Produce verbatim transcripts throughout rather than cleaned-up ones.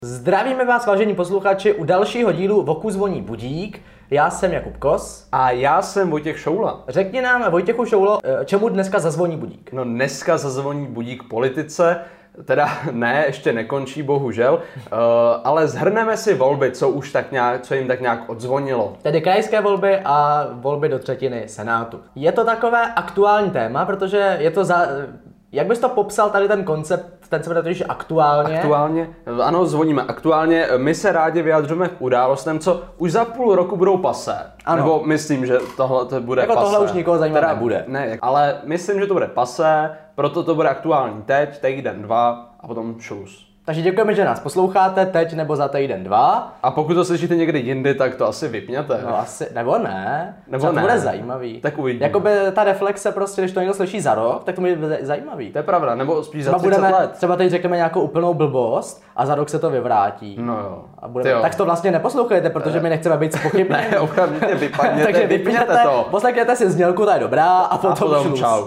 Zdravíme vás, vážení posluchači, u dalšího dílu Voku zvoní budík. Já jsem Jakub Kos. A já jsem Vojtěch Šoula. Řekni nám, Vojtěchu Šoulo, čemu dneska zazvoní budík? No dneska zazvoní budík politice, teda ne, ještě nekončí, bohužel, uh, ale zhrneme si volby, co už tak nějak, co jim tak nějak odzvonilo. Tedy krajské volby a volby do třetiny Senátu. Je to takové aktuální téma, protože je to za... Jak bys to popsal tady ten koncept, ten se jmenuje totiž aktuálně? Aktuálně, ano, zvoníme aktuálně. My se rádi vyjadřujeme k událostem, co už za půl roku budou pasé. Ano. Nebo myslím, že tohle to bude jako pasé. Tohle už nikoho zajímat teda, nebude. Ne, ale myslím, že to bude pasé, proto to bude aktuální teď, týden, dva a potom šus. Takže děkujeme, že nás posloucháte teď nebo za týden dva. A pokud to slyšíte někdy jindy, tak to asi vypněte. No asi, nebo ne. Nebo to ne. bude zajímavý. Tak uvidíme. Jakoby ta reflexe prostě, když to někdo slyší za rok, tak to bude zajímavý. To je pravda, nebo spíš třeba za třicet budeme, let. Třeba teď řekneme nějakou úplnou blbost a za rok se to vyvrátí. No jo. A budeme, tak to vlastně neposlouchejte, protože my nechceme být spochybněni. Ne, okamžitě vypadněte, takže vypněte to. Poslechněte si znělku, ta je dobrá a potom, a potom čau.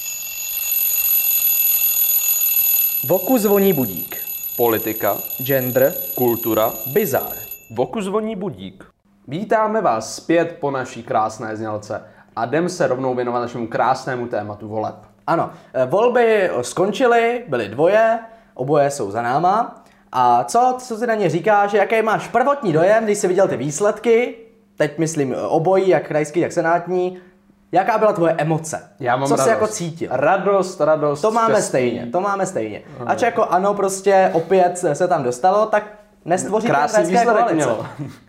Voku zvoní budík. Politika, Gender, kultura, bizar. Voku zvoní budík. Vítáme vás zpět po naší krásné znělce a jdem se rovnou věnovat našemu krásnému tématu voleb. Ano, volby skončily, byly dvoje, oboje jsou za náma. A co, co si na ně říkáš, jaký máš prvotní dojem, když jsi viděl ty výsledky, teď myslím obojí, jak krajský, tak senátní, jaká byla tvoje emoce? Já mám co radost. jsi jako cítil? Radost, radost, To máme štěstí. stejně, to máme stejně. Uh-huh. Ač jako ano, prostě opět se tam dostalo, tak nestvoří krásný výsledek koalice. mělo.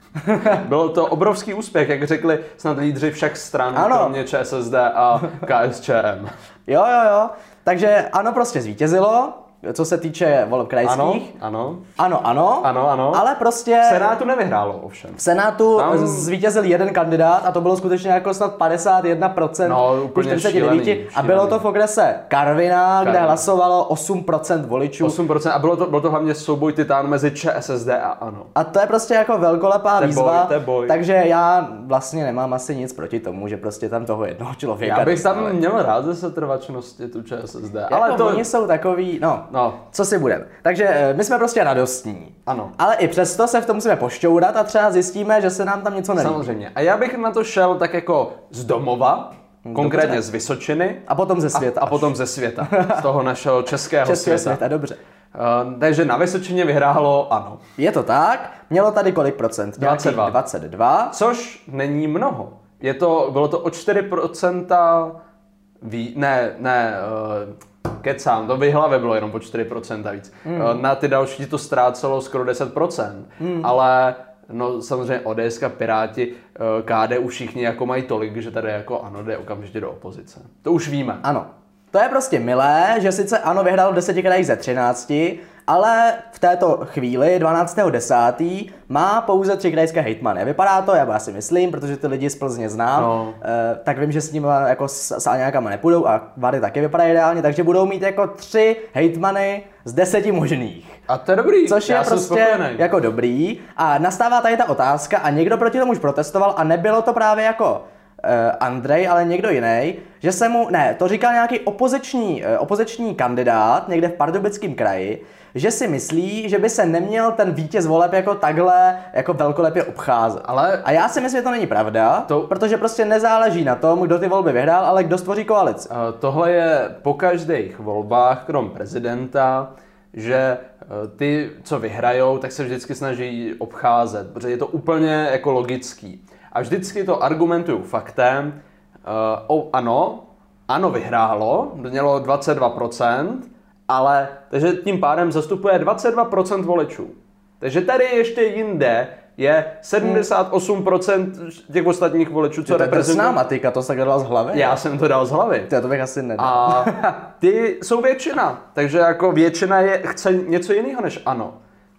Bylo to obrovský úspěch, jak řekli snad lídři všech stran, ano. Kromě ČSSD a KSČM. Jo, jo, jo. Takže ano, prostě zvítězilo. Co se týče voleb krajských. Ano, ano. Ano, ano. Ano, ale prostě... V Senátu nevyhrálo ovšem. V Senátu Tam... zvítězil jeden kandidát a to bylo skutečně jako snad padesát jedna procent no, úplně čtyřicet devět šílený, šílený. A bylo to v okrese Karviná, Karviná, kde hlasovalo osm procent voličů. osm procent a bylo to, bylo to hlavně souboj titán mezi ČSSD a ANO. A to je prostě jako velkolepá te výzva, boj, boj. takže já vlastně nemám asi nic proti tomu, že prostě tam toho jednoho člověka Já bych tam dostali. měl rád ze setrvačnosti tu ČSSD, jako ale to... oni jsou takový, no, no. co si budeme. Takže my jsme prostě radostní. Ano. Ale i přesto se v tom musíme pošťourat a třeba zjistíme, že se nám tam něco nelíbí. Samozřejmě. A já bych na to šel tak jako z domova, konkrétně dobře. z Vysočiny. A potom ze světa. A, a potom ze světa. Z toho našeho českého Českého světa. světa, dobře. Uh, takže na Vysočině vyhrálo ANO. Je to tak, mělo tady kolik procent? dvacet dva. dvacet dva. Což není mnoho. Je to, bylo to o čtyři procenta ví, ne, ne, uh, kecám, to v hlavě bylo jenom po čtyři procenta víc. Mm. Uh, na ty další to ztrácelo skoro deset procent, mm. ale no samozřejmě O D S, Piráti, uh, K D U všichni jako mají tolik, že tady jako ANO jde okamžitě do opozice. To už víme. Ano. To je prostě milé, že sice ANO vyhrálo v deseti krajích ze třinácti, ale v této chvíli, dvanáctého desátého má pouze tři krajské hejtmany. Vypadá to, já si myslím, protože ty lidi z Plzně znám, no. eh, tak vím, že s nimi jako s, s Aňákama nepůjdou a Vady taky vypadají ideálně, takže budou mít jako tři hejtmany z deseti možných. A to je dobrý, Což je já jsem prostě spokojený. jako dobrý. A nastává tady ta otázka a někdo proti tomu už protestoval a nebylo to právě jako Uh, Andrej, ale někdo jiný, že se mu, ne, to říkal nějaký opoziční, uh, opoziční kandidát někde v Pardubickém kraji, že si myslí, že by se neměl ten vítěz voleb jako takhle jako velkolepě obcházet. Ale... A já si myslím, že to není pravda, to... protože prostě nezáleží na tom, kdo ty volby vyhrál, ale kdo stvoří koalici. Uh, tohle je po každých volbách, krom prezidenta, že uh, ty, co vyhrajou, tak se vždycky snaží obcházet, protože je to úplně jako logický. A vždycky to argumentuju faktem, uh, oh, ano, ano vyhrálo, mělo dvacet dva procent, ale takže tím pádem zastupuje dvacet dva procent voličů. Takže tady ještě jinde je sedmdesát osm procent těch ostatních voličů, co reprezentují. To je matika, to jsi tak dal z hlavy? Já jsem to dal z hlavy. To bych asi nedal. A ty jsou většina, takže jako většina je, chce něco jiného než ano.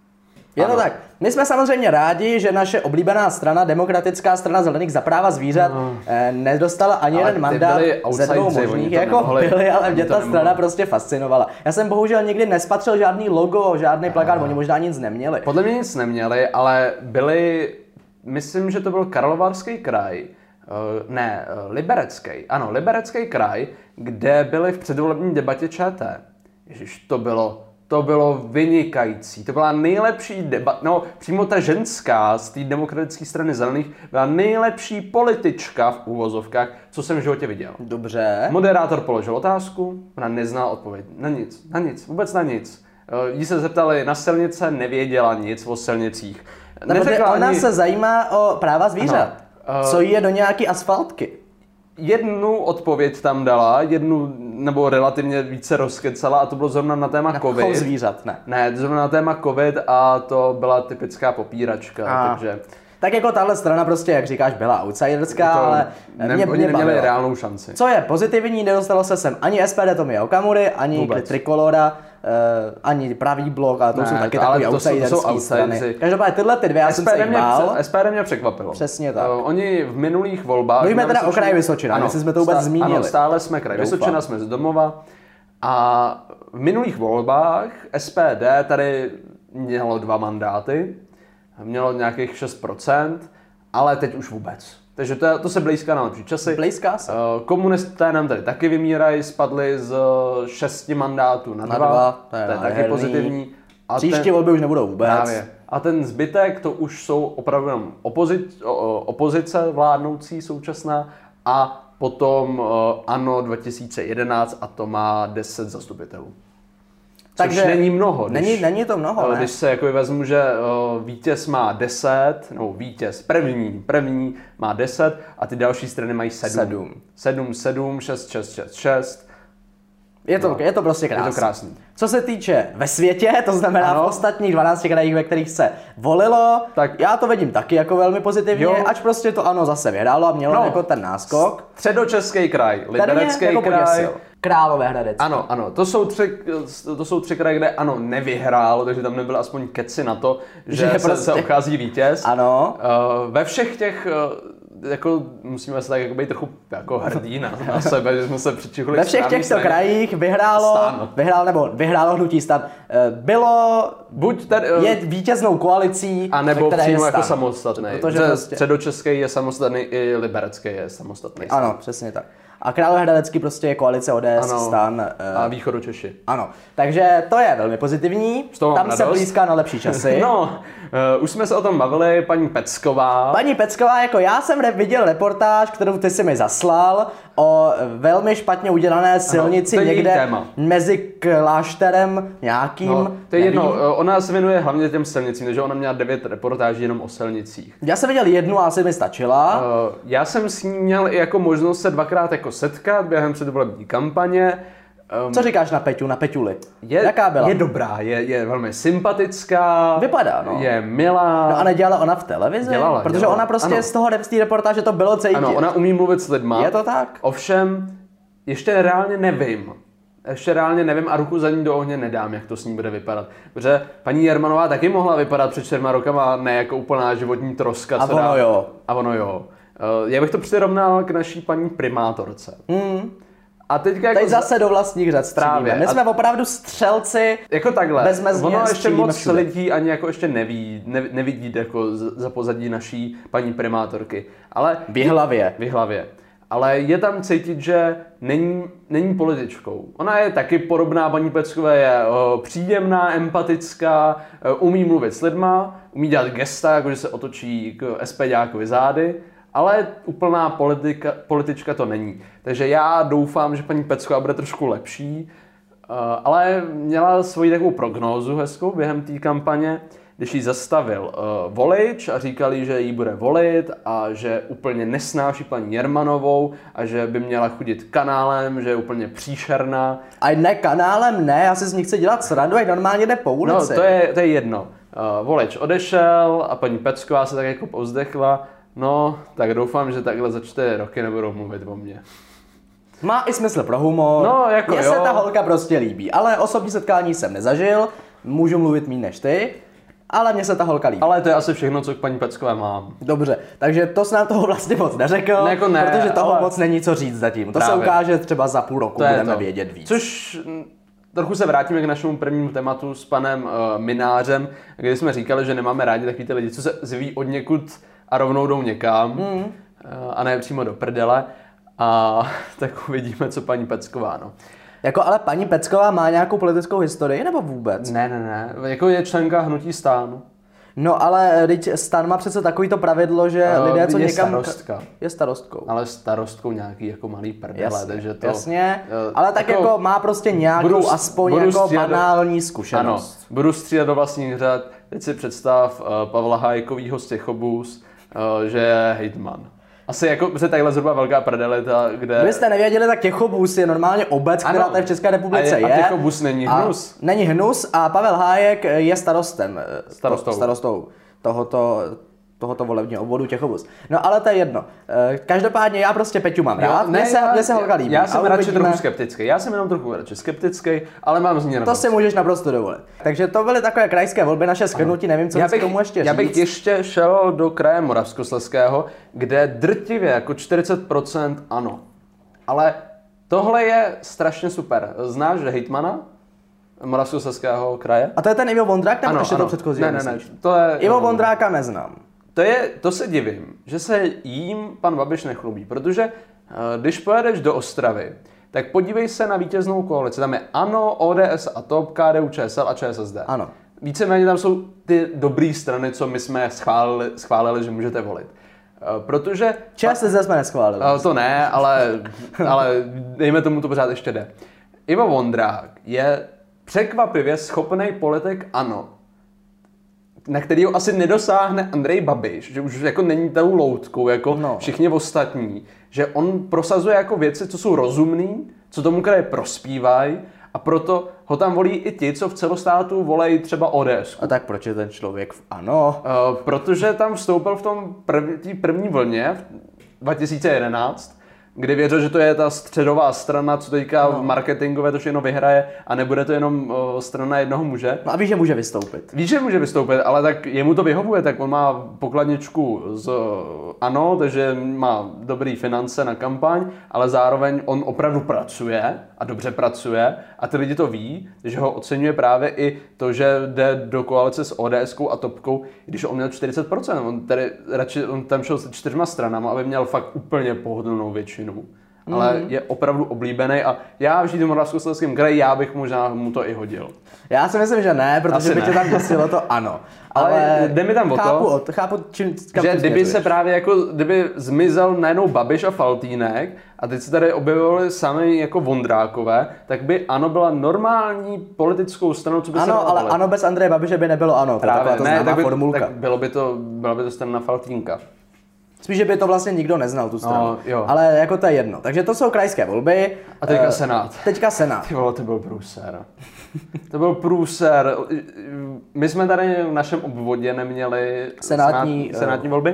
Je to tak. My jsme samozřejmě rádi, že naše oblíbená strana, Demokratická strana zelených za práva zvířat, no. eh, nedostala ani ale jeden mandát ze dvou možných, jako nemohli, byli, ale mě ta strana nemohli. Prostě fascinovala. Já jsem bohužel nikdy nespatřil žádný logo, žádný plakát, no. Oni možná nic neměli. Podle mě nic neměli, ale byli, myslím, že to byl Karlovarský kraj, uh, ne, uh, Liberecký, ano, Liberecký kraj, kde byli v předvolební debatě ČT. Ježiš, to bylo to bylo vynikající. To byla nejlepší debata, no přímo ta ženská z té demokratické strany zelených byla nejlepší politička v úvozovkách, co jsem v životě viděl. Dobře. Moderátor položil otázku, ona neznala odpověď. Na nic, na nic, vůbec na nic. Jí se zeptali na silnice, nevěděla nic o silnicích. Neřekla ona ani... se zajímá o práva zvířat. Ano. Co jí je do nějaký asfaltky? Jednu odpověď tam dala, jednu nebo relativně více rozkecala a to bylo zrovna na téma na covid. Chov zvířat, ne. Ne, zrovna na téma covid a to byla typická popíračka, a. takže... Tak jako tahle strana prostě, jak říkáš, byla outsiderská, ale ne, mě, oni mě neměli bavilo. reálnou šanci. Co je pozitivní, nedostalo se sem ani S P D Tomia Okamury, ani Vůbec. Trikolora, uh, ani Pravý blok, ale to ne, jsou taky takový outsiderský strany. Každopádně tyhle ty dvě, já jsem se jich bál. S P D mě překvapilo. Přesně tak. Uh, oni v minulých volbách... Mluvíme teda o kraji Vysočina, ano, jestli jsme to vůbec stá, zmínili. Ano, stále jsme kraj Vysočina, jsme z domova. A v minulých volbách S P D tady mělo dva mandáty, mělo nějakých šest procent, ale teď už vůbec. Takže to, to se blízká na lepší časy. Blízká se. Komunisté nám tady taky vymírají, spadli z šesti mandátů na, na dva. dva. To je, to je taky pozitivní. A příští ten, volby už nebudou vůbec. Právě. A ten zbytek, to už jsou opravdu jenom opozic, opozice vládnoucí současná a potom ANO dva tisíce jedenáct a to má deset zastupitelů. Což Takže není mnoho. Když, není, není to mnoho, ale ne? Když se jako vezmu, že uh, vítěz má deset, no vítěz, první, první má deset a ty další strany mají sedm. Sedm. Sedm, sedm, šest, šest, šest, šest. Je to, no. je to prostě krásný. Je to krásný. Co se týče ve světě, to znamená ano. v ostatních dvanácti krajích, ve kterých se volilo, tak já to vidím taky jako velmi pozitivně, jo. ač prostě to ANO zase vyhrálo a mělo no. jako ten náskok. Středočeský kraj, Liberecký jako kraj. Poděsil. Královéhradecký. Ano, ano, to jsou, tři, to jsou tři kraje, kde ANO nevyhrálo, takže tam nebyl aspoň keci na to, že, že se, prostě... se obchází vítěz. Ano. Uh, ve všech těch, uh, jako musíme se tak jako být trochu jako hrdí na, na sebe, že jsme se přičichli. Ve všech těchto straně. krajích vyhrálo, vyhrál, nebo vyhrálo hnutí STAN. Bylo buď tady, uh, je vítěznou koalicí, a nebo přímo jako samostatný. Protože prostě... Středočeský je samostatný i Liberecký je samostatný. Ano, přesně tak. A Královéhradecký prostě je koalice O D S, ano, STAN. A Východočeši. Ano, takže to je velmi pozitivní. Tam radost. Se blízká na lepší časy. No, uh, už jsme se o tom bavili, paní Pecková. Paní Pecková, jako já jsem re- viděl reportáž, kterou ty si mi zaslal, o velmi špatně udělané silnici ano, někde mezi klášterem nějakým. No, to je jedno, ona se věnuje hlavně těm silnicím, takže ona měla devět reportáží jenom o silnicích. Já jsem viděl jednu a asi mi stačila. Uh, já jsem s ní měl i jako možnost se dvakrát jako setkat během předvolební kampaně. Um, Co říkáš na Peťu, na Peťuli? Je, Jaká byla? Je dobrá, je, je velmi sympatická. Vypadá, no. Je milá. No a nedělala ona v televizi? Dělala, Protože dělala. ona prostě ano. z toho z té reportáže to bylo cítit. Ano, ona umí mluvit s lidma. Je to tak? Ovšem, ještě reálně nevím. Ještě reálně nevím a ruku za ní do ohně nedám, jak to s ní bude vypadat. Protože paní Jermanová taky mohla vypadat před čtyřma rokama ne jako úplná životní troska. A ono dá... jo. A ono jo. Já bych to přirovnal k naší paní primátorce. Mm. A teďka jako teď zase do vlastních řad střílíme. My jsme a... opravdu střelci. Jako takhle. Bezmezně ono ještě moc všude. lidí ani jako ještě neví, ne, nevidí jako za pozadí naší paní primátorky. Ale v hlavě. V hlavě. Ale je tam cítit, že není, není političkou. Ona je taky podobná paní Peckové, je o, příjemná, empatická, o, umí mluvit s lidma, umí dělat gesta, jako že se otočí k SPďákovi zády, ale úplná politika, politička to není. Takže já doufám, že paní Pecková bude trošku lepší, uh, ale měla svoji takovou prognózu hezkou během té kampaně, když jí zastavil uh, volič a říkali, že jí bude volit a že úplně nesnáší paní Jermanovou a že by měla chodit kanálem, že je úplně příšerná. A ne kanálem, ne, já si z ní chci dělat srandu, jak normálně jde po ulici. No, to je, to je jedno. Uh, volič odešel a paní Pecková se tak jako povzdechla. No, tak doufám, že takhle za čtyři roky nebudou mluvit o mně. Má i smysl pro humor. No, jako Mně jo. se ta holka prostě líbí, ale osobní setkání jsem nezažil, můžu mluvit méně než ty, ale mně se ta holka líbí. Ale to je asi všechno, co k paní Peckové mám. Dobře, takže to jsi nám toho vlastně moc neřekl, ne, jako ne, protože toho ale... moc není co říct zatím. To Právě. se ukáže třeba za půl roku, to budeme vědět víc. Což... Trochu se vrátíme k našemu prvnímu tématu s panem uh, Minářem, kdy jsme říkali, že nemáme rádi takový ty lidi, co se zví od někud a rovnou jdou někam, mm. uh, a ne přímo do prdele. A tak uvidíme, co paní Pecková. No. Jako ale paní Pecková má nějakou politickou historii nebo vůbec? Ne, ne, ne. Jako je členka hnutí STAN. No ale teď STAN má přece takovýto pravidlo, že uh, lidé, co je někam... starostka. Je starostkou. Ale starostkou nějaký jako malý prdele, Jasně, takže to... jasně, uh, ale tak jako, jako má prostě nějakou budu, aspoň budu jako střídat, banální zkušenost. Ano, budu střídat do vlastních řad. Teď si představ uh, Pavla Hájkovýho z Těchobus, uh, že je hejtman. Asi jako, protože takhle zhruba velká prdelita, kde... Kdybyste nevěděli, tak Těchobus je normálně obec, která tady v České republice a je. je. A Těchobus není hnus. A není hnus a Pavel Hájek je starostem. Starostou. Starostou tohoto, tohoto volebního obvodu Těchobus. No ale to je jedno. Každopádně já prostě Peťu mám rád, mně se, mně se holka líbí. Já jsem radši uvidíme... trochu skeptický, já jsem jenom trochu radši skeptický, ale mám z ní radost. To si můžeš naprosto dovolit. Takže to byly takové krajské volby, naše shrnutí, nevím, co bych, k tomu ještě říct. Já bych ještě šel do kraje Moravskoslezského, kde drtivě jako čtyřicet procent ano. Ale tohle je strašně super. Znáš hejtmana Moravskoslezského kraje? A to je ten Ivo Vondrák, nebo ještě to předchozí? Ne, ne, ne. To je... Ivo Vondráka neznám. To, je, to se divím, že se jím pan Babiš nechlubí, protože když pojedeš do Ostravy, tak podívej se na vítěznou koalici. Tam je ANO, O D S a TOP, K D U Č S L a Č S S D. Ano. Víceméně tam jsou ty dobré strany, co my jsme schválili, schválili, že můžete volit. Protože... Č S S D jsme neschválili. To ne, ale, ale dejme tomu, to pořád ještě jde. Ivo Vondrák je překvapivě schopný politik ANO, na kterýho asi nedosáhne Andrej Babiš, že už jako není tou loutkou, jako no. všichni ostatní, že on prosazuje jako věci, co jsou rozumný, co tomu kraje prospívají a proto ho tam volí i ti, co v celostátu volejí třeba O D S. A tak proč je ten člověk v ANO? Uh, protože tam vstoupil v tom prv, první vlně v dva tisíce jedenáct, kdy věřil, že to je ta středová strana, co teďka no. marketingové to všechno vyhraje a nebude to jenom uh, strana jednoho muže. No a víš, že může vystoupit. Víš, že může vystoupit, ale tak jemu to vyhovuje, tak on má pokladničku z uh, ANO, takže má dobrý finance na kampaň, ale zároveň on opravdu pracuje a dobře pracuje a ty lidi to ví, že ho oceňuje právě i to, že jde do koalice s ODSkou a Topkou, když on měl čtyřicet procent, on, tady, radši, on tam šel se čtyřma stranama, aby měl fakt úplně pohodlnou většinu. Ale mm. je opravdu oblíbený a já v žít v Moravskoslezském kraji, já bych možná mu to i hodil. Já si myslím, že ne, protože Asi by ne. tě tam děsilo to ano. Ale, ale jde mi tam o chápu, to, od, chápu čím, že kdyby se právě jako, kdyby zmizel najednou Babiš a Faltýnek a teď se tady objevovali sami jako Vondrákové, tak by ANO byla normální politickou stranou, co by ano, se Ano, ale ANO bez Andreje Babiše by nebylo ANO, to je taková to známá formulka. Tak bylo by to, byla by to strana Faltýnka. Spíš, že by to vlastně nikdo neznal, tu stranu. No, jo. Ale jako to je jedno. Takže to jsou krajské volby. A teďka uh, Senát. Teďka Senát. Ty vole, to byl průser. To byl průser. My jsme tady v našem obvodě neměli senátní, senát, senátní volby,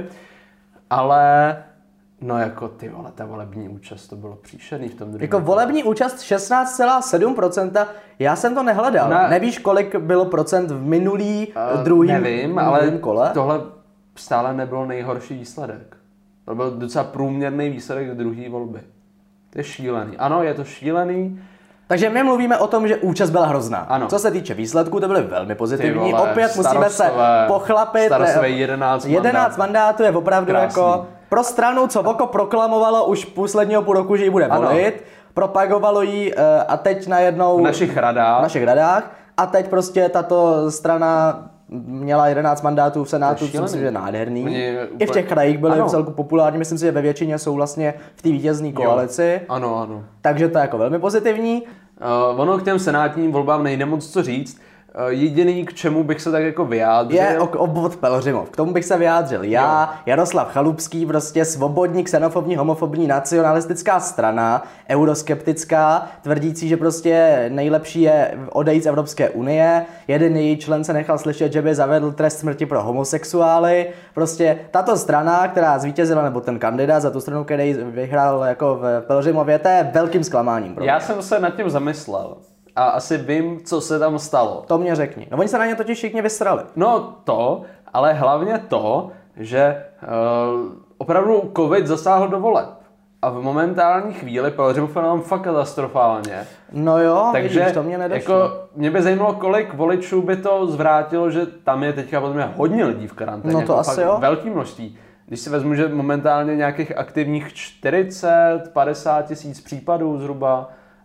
ale no jako ty vole, ta volební účast, to bylo příšerný v tom druhém. Jako volební účast šestnáct celá sedm procenta, já jsem to nehledal. Na, Nevíš, kolik bylo procent v minulý uh, druhým, nevím, ale kole? Tohle stále nebylo nejhorší výsledek. To byl docela průměrný výsledek druhé volby. To je šílený. Ano, je to šílený. Takže my mluvíme o tom, že účast byla hrozná. Ano. Co se týče výsledků, to byly velmi pozitivní. Vole, Opět musíme se pochlapit. Starostové jedenáct, jedenáct mandátů je opravdu krásný. Jako pro stranu, co Voko proklamovalo už posledního půl roku, že ji bude volit. Ano. Propagovalo ji a teď najednou... V našich radách. V našich radách. A teď prostě tato strana měla jedenáct mandátů v Senátu, co myslím, že je nádherný. Úplně... I v těch krajích byly v celku populární, myslím si, že ve většině jsou vlastně v té vítězné koalici. Ano, ano. Takže to je jako velmi pozitivní. Uh, ono k těm senátním volbám nejde moc co říct. Uh, jediný, k čemu bych se tak jako vyjádřil... Je obvod Pelhřimov. K tomu bych se vyjádřil. Já, jo. Jaroslav Chalupský, prostě svobodní, xenofobní, homofobní, nacionalistická strana, euroskeptická, tvrdící, že prostě nejlepší je odejít z Evropské unie. Jeden její člen se nechal slyšet, že by zavedl trest smrti pro homosexuály. Prostě tato strana, která zvítězila, nebo ten kandidát za tu stranu, který vyhrál jako v Pelhřimově, to je velkým zklamáním. Pro mě. Já jsem se nad tím zamyslel. A asi vím, co se tam stalo. To mě řekni. No oni se na ně totiž všichni vysrali. No to, ale hlavně to, že uh, opravdu covid zasáhl do voleb. A v momentální chvíli Pelhřimov je nám fakt katastrofálně. No jo, takže vidíš, to mě nedošlo. Jako, mě by zajímalo, kolik voličů by to zvrátilo, že tam je teďka potom hodně lidí v karanténě. No to jako asi jo. Velký množství. Když si vezmu, že momentálně nějakých aktivních čtyřicet, padesát tisíc případů zhruba,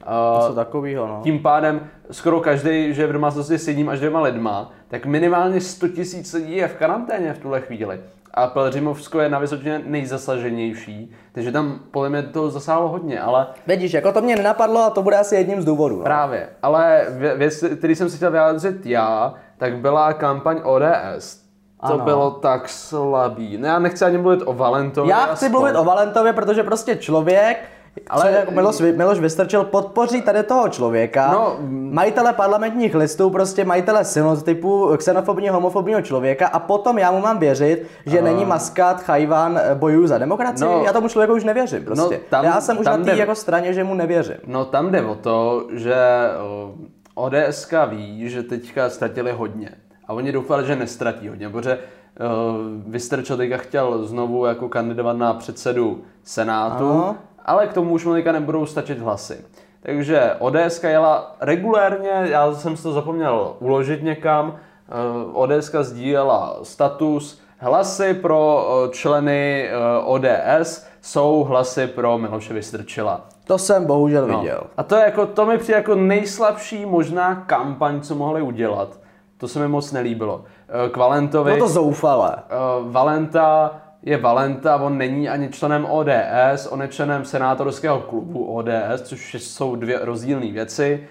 Něco takovýho, no. Tím pádem skoro každý, že v domácnosti s jedním až dvěma lidma, tak minimálně sto tisíc lidí je v karanténě v tuhle chvíli. A Pelhřimovsko je na Vysočině nejzasaženější, takže tam podle mě to zasáhlo hodně, ale... Vidíš, jako to mě nenapadlo a to bude asi jedním z důvodů. No. Právě, ale věc, který jsem si chtěl vyjádřit já, tak byla kampaň O D S. To ano. Bylo tak slabý. Ne, já nechci ani mluvit o Valentovi. Já chci mluvit o Valentovi, protože prostě člověk, ale jako Miloš, Miloš Vystrčil podpoří tady toho člověka, no, majitele parlamentních listů, prostě majitele synotypu xenofobního, homofobního člověka a potom já mu mám věřit, že uh, není Muscat, Chajvan, bojují za demokracii. No, já tomu člověku už nevěřím prostě. No, tam, já jsem už na té jako straně, že mu nevěřím. No tam jde o to, že O D S ka ví, že teďka ztratili hodně. A oni doufali, že nestratí hodně, protože uh, Vystrčil teďka chtěl znovu jako kandidovat na předsedu Senátu, ano. Ale k tomu už mu teďka nebudou stačit hlasy. Takže O D S ka jela regulérně, já jsem si to zapomněl uložit někam, uh, O D S ka sdílela status, hlasy pro uh, členy uh, O D S jsou hlasy pro Miloše Vystrčila. To jsem bohužel no. viděl. A to, je jako, to mi přijde jako nejslabší možná kampaň, co mohli udělat. To se mi moc nelíbilo. K Valentovi... No to zoufale. Valenta je Valenta, on není ani členem O D S, on je členem senátorského klubu O D S, což jsou dvě rozdílné věci.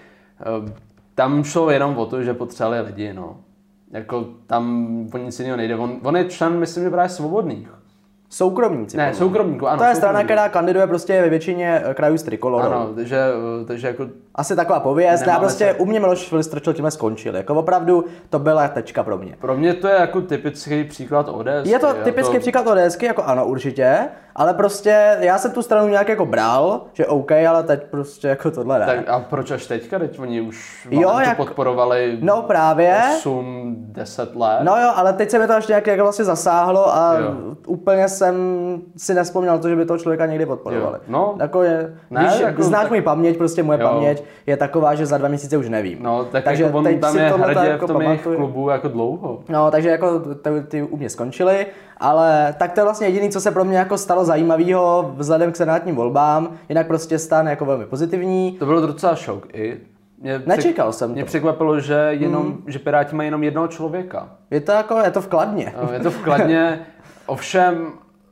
Tam šlo jenom o to, že potřebovali lidi, no. Jako tam o nic jiného nejde. On, on je člen, myslím, že právě Svobodných. Soukromníci. Ne, soukromníku, ano. To je strana, která kandiduje prostě ve většině krajů s trikolorou. Ano, takže, takže jako... Asi taková pověst. Já prostě se... u mě Miloš Vystrčil tímhle skončil. Jako opravdu to byla tečka pro mě. Pro mě to je jako typický příklad O D S. Je to typický to... příklad O D S ky, jako ano, určitě. Ale prostě já jsem tu stranu nějak jako bral, že OK, ale teď prostě jako tohle ne. Tak a proč až teďka? Teď oni už jo, jak... podporovali no, právě. osm deset let. No jo, ale teď se mi to až nějak jako vlastně zasáhlo a jo. úplně jsem si nespomněl to, že by toho člověka někdy podporovali. Jo. No. Jako je, ne, víš, jako, znáš tak... můj paměť, prostě moje jo. paměť je taková, že za dva měsíce už nevím. No, tak takže jako on teď tam je hrdě jako v tom jejich klubu jako dlouho. No, takže jako ty, ty u mě skončily, ale tak to je vlastně jediné, co se pro mě jako stalo zajímavého vzhledem k senátním volbám, jinak prostě stan jako velmi pozitivní. To bylo docela šok i. Mě Nečekal přek... jsem to. Mě překvapilo, že, jenom, hmm. že Piráti mají jenom jednoho člověka. Je to jako, je to v Kladně. No, je to v Kladně, ovšem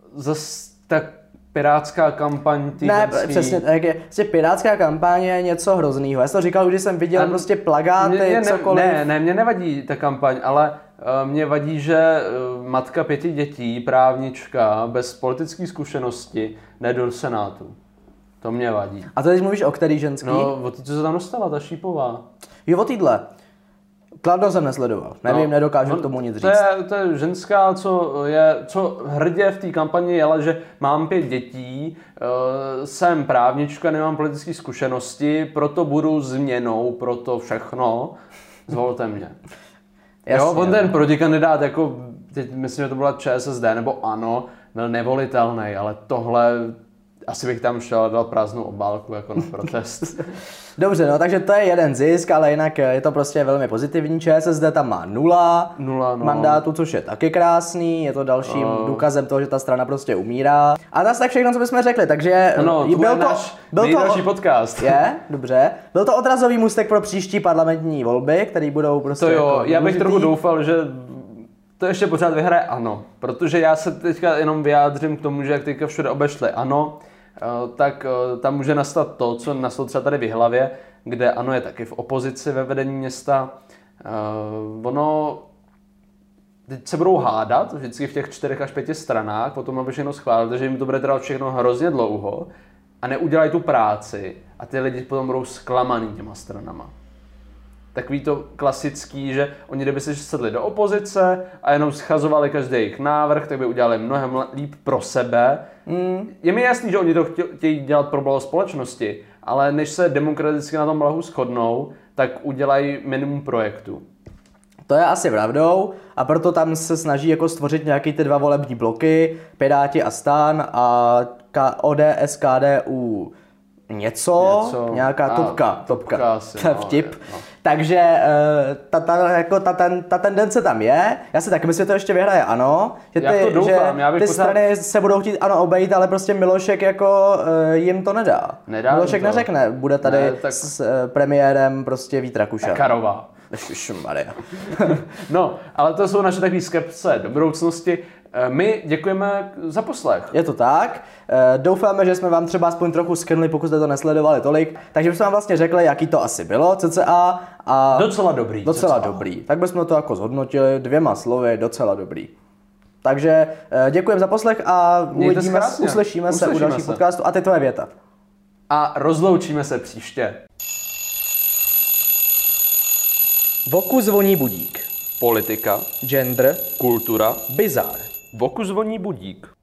zase tak pirátská kampaň tý Ne, ženský... přesně, tak je, prostě pirátská kampaň je něco hroznýho. Já jsem to říkal, když jsem viděl An... prostě plagáty, mě, mě cokoliv. Ne, ne, mě nevadí ta kampaň, ale uh, mě vadí, že uh, matka pěti dětí, právnička, bez politické zkušenosti, jde do Senátu. To mě vadí. A to teď mluvíš o který ženský? No, o té, co se tam dostala, ta Šípová. Jo, o týhle. Kladno jsem nesledoval. Nevím, no, nedokážu k tomu nic říct. To je, to je ženská, co, je, co hrdě v té kampani jela, že mám pět dětí, uh, jsem právnička, nemám politické zkušenosti, proto budu změnou, proto všechno. Zvolte mě. Jasně, jo, on ten protikandidát, jako, teď myslím, že to byla ČSSD nebo ANO, byl nevolitelný, ale tohle... Asi bych tam šel a dal prázdnou obálku jako na protest. Dobře, no takže to je jeden zisk, ale jinak je to prostě velmi pozitivní. ČSSD tam má nula, nula no. mandátů, což je taky krásný, je to dalším uh. důkazem toho, že ta strana prostě umírá. A zase tak všechno, co bychom řekli, takže no, to byl to náš byl nejdelší to, podcast. Je, dobře. Byl to odrazový můstek pro příští parlamentní volby, které budou prostě to jo, jako já bych trochu doufal, že to ještě pořád vyhraje ANO, protože já se teďka jenom vyjádřím k tomu, že jak teďka všude obešli ANO, tak tam může nastat to, co nastalo třeba tady v Jihlavě, kde ANO je taky v opozici ve vedení města. Ono, teď se budou hádat vždycky v těch čtyřech až pěti stranách, potom aby všechno schválili, že jim to bude trvat všechno hrozně dlouho a neudělají tu práci a ty lidi potom budou zklamaný těma stranama. Takový to klasický, že oni kdyby se sedli do opozice a jenom schazovali každý jejich návrh, tak by udělali mnohem líp pro sebe. Mm. Je mi jasný, že oni to chtějí dělat pro blaho společnosti, ale než se demokraticky na tom blahu shodnou, tak udělají minimum projektu. To je asi pravdou a proto tam se snaží jako stvořit nějaký ty dva volební bloky, Piráti a STAN a O D S, K D U něco, něco nějaká a, topka, topka, topka asi, to je vtip. No, no. Takže eh, ta, ta, jako ta, ten, ta tendence tam je. Já si taky myslím, že to ještě vyhraje ANO. Že ty, Já to doufám, že já bych ty pořád... strany se budou chtít ANO obejít, ale prostě Milošek jako eh, jim to nedá. Nedá Milošek to. neřekne, bude tady Ne, tak... s eh, premiérem prostě Vít Rakušan. Karová. Ježišmarja. No, ale to jsou naše takové skepse do budoucnosti. My děkujeme za poslech. Je to tak. E, doufáme, že jsme vám třeba aspoň trochu skrnli, pokud jste to nesledovali tolik. Takže bychom vám vlastně řekli, jaký to asi bylo, cca. A Docela dobrý. Docela cca. dobrý. Tak bychom to jako zhodnotili dvěma slovy, docela dobrý. Takže e, děkujeme za poslech a uvidíme, uslyšíme, uslyšíme se u dalších podcastů. A ty tvoje věta. A rozloučíme se příště. V oku zvoní budík. Politika, Gender. kultura, Bizár. v oku zvoní budík.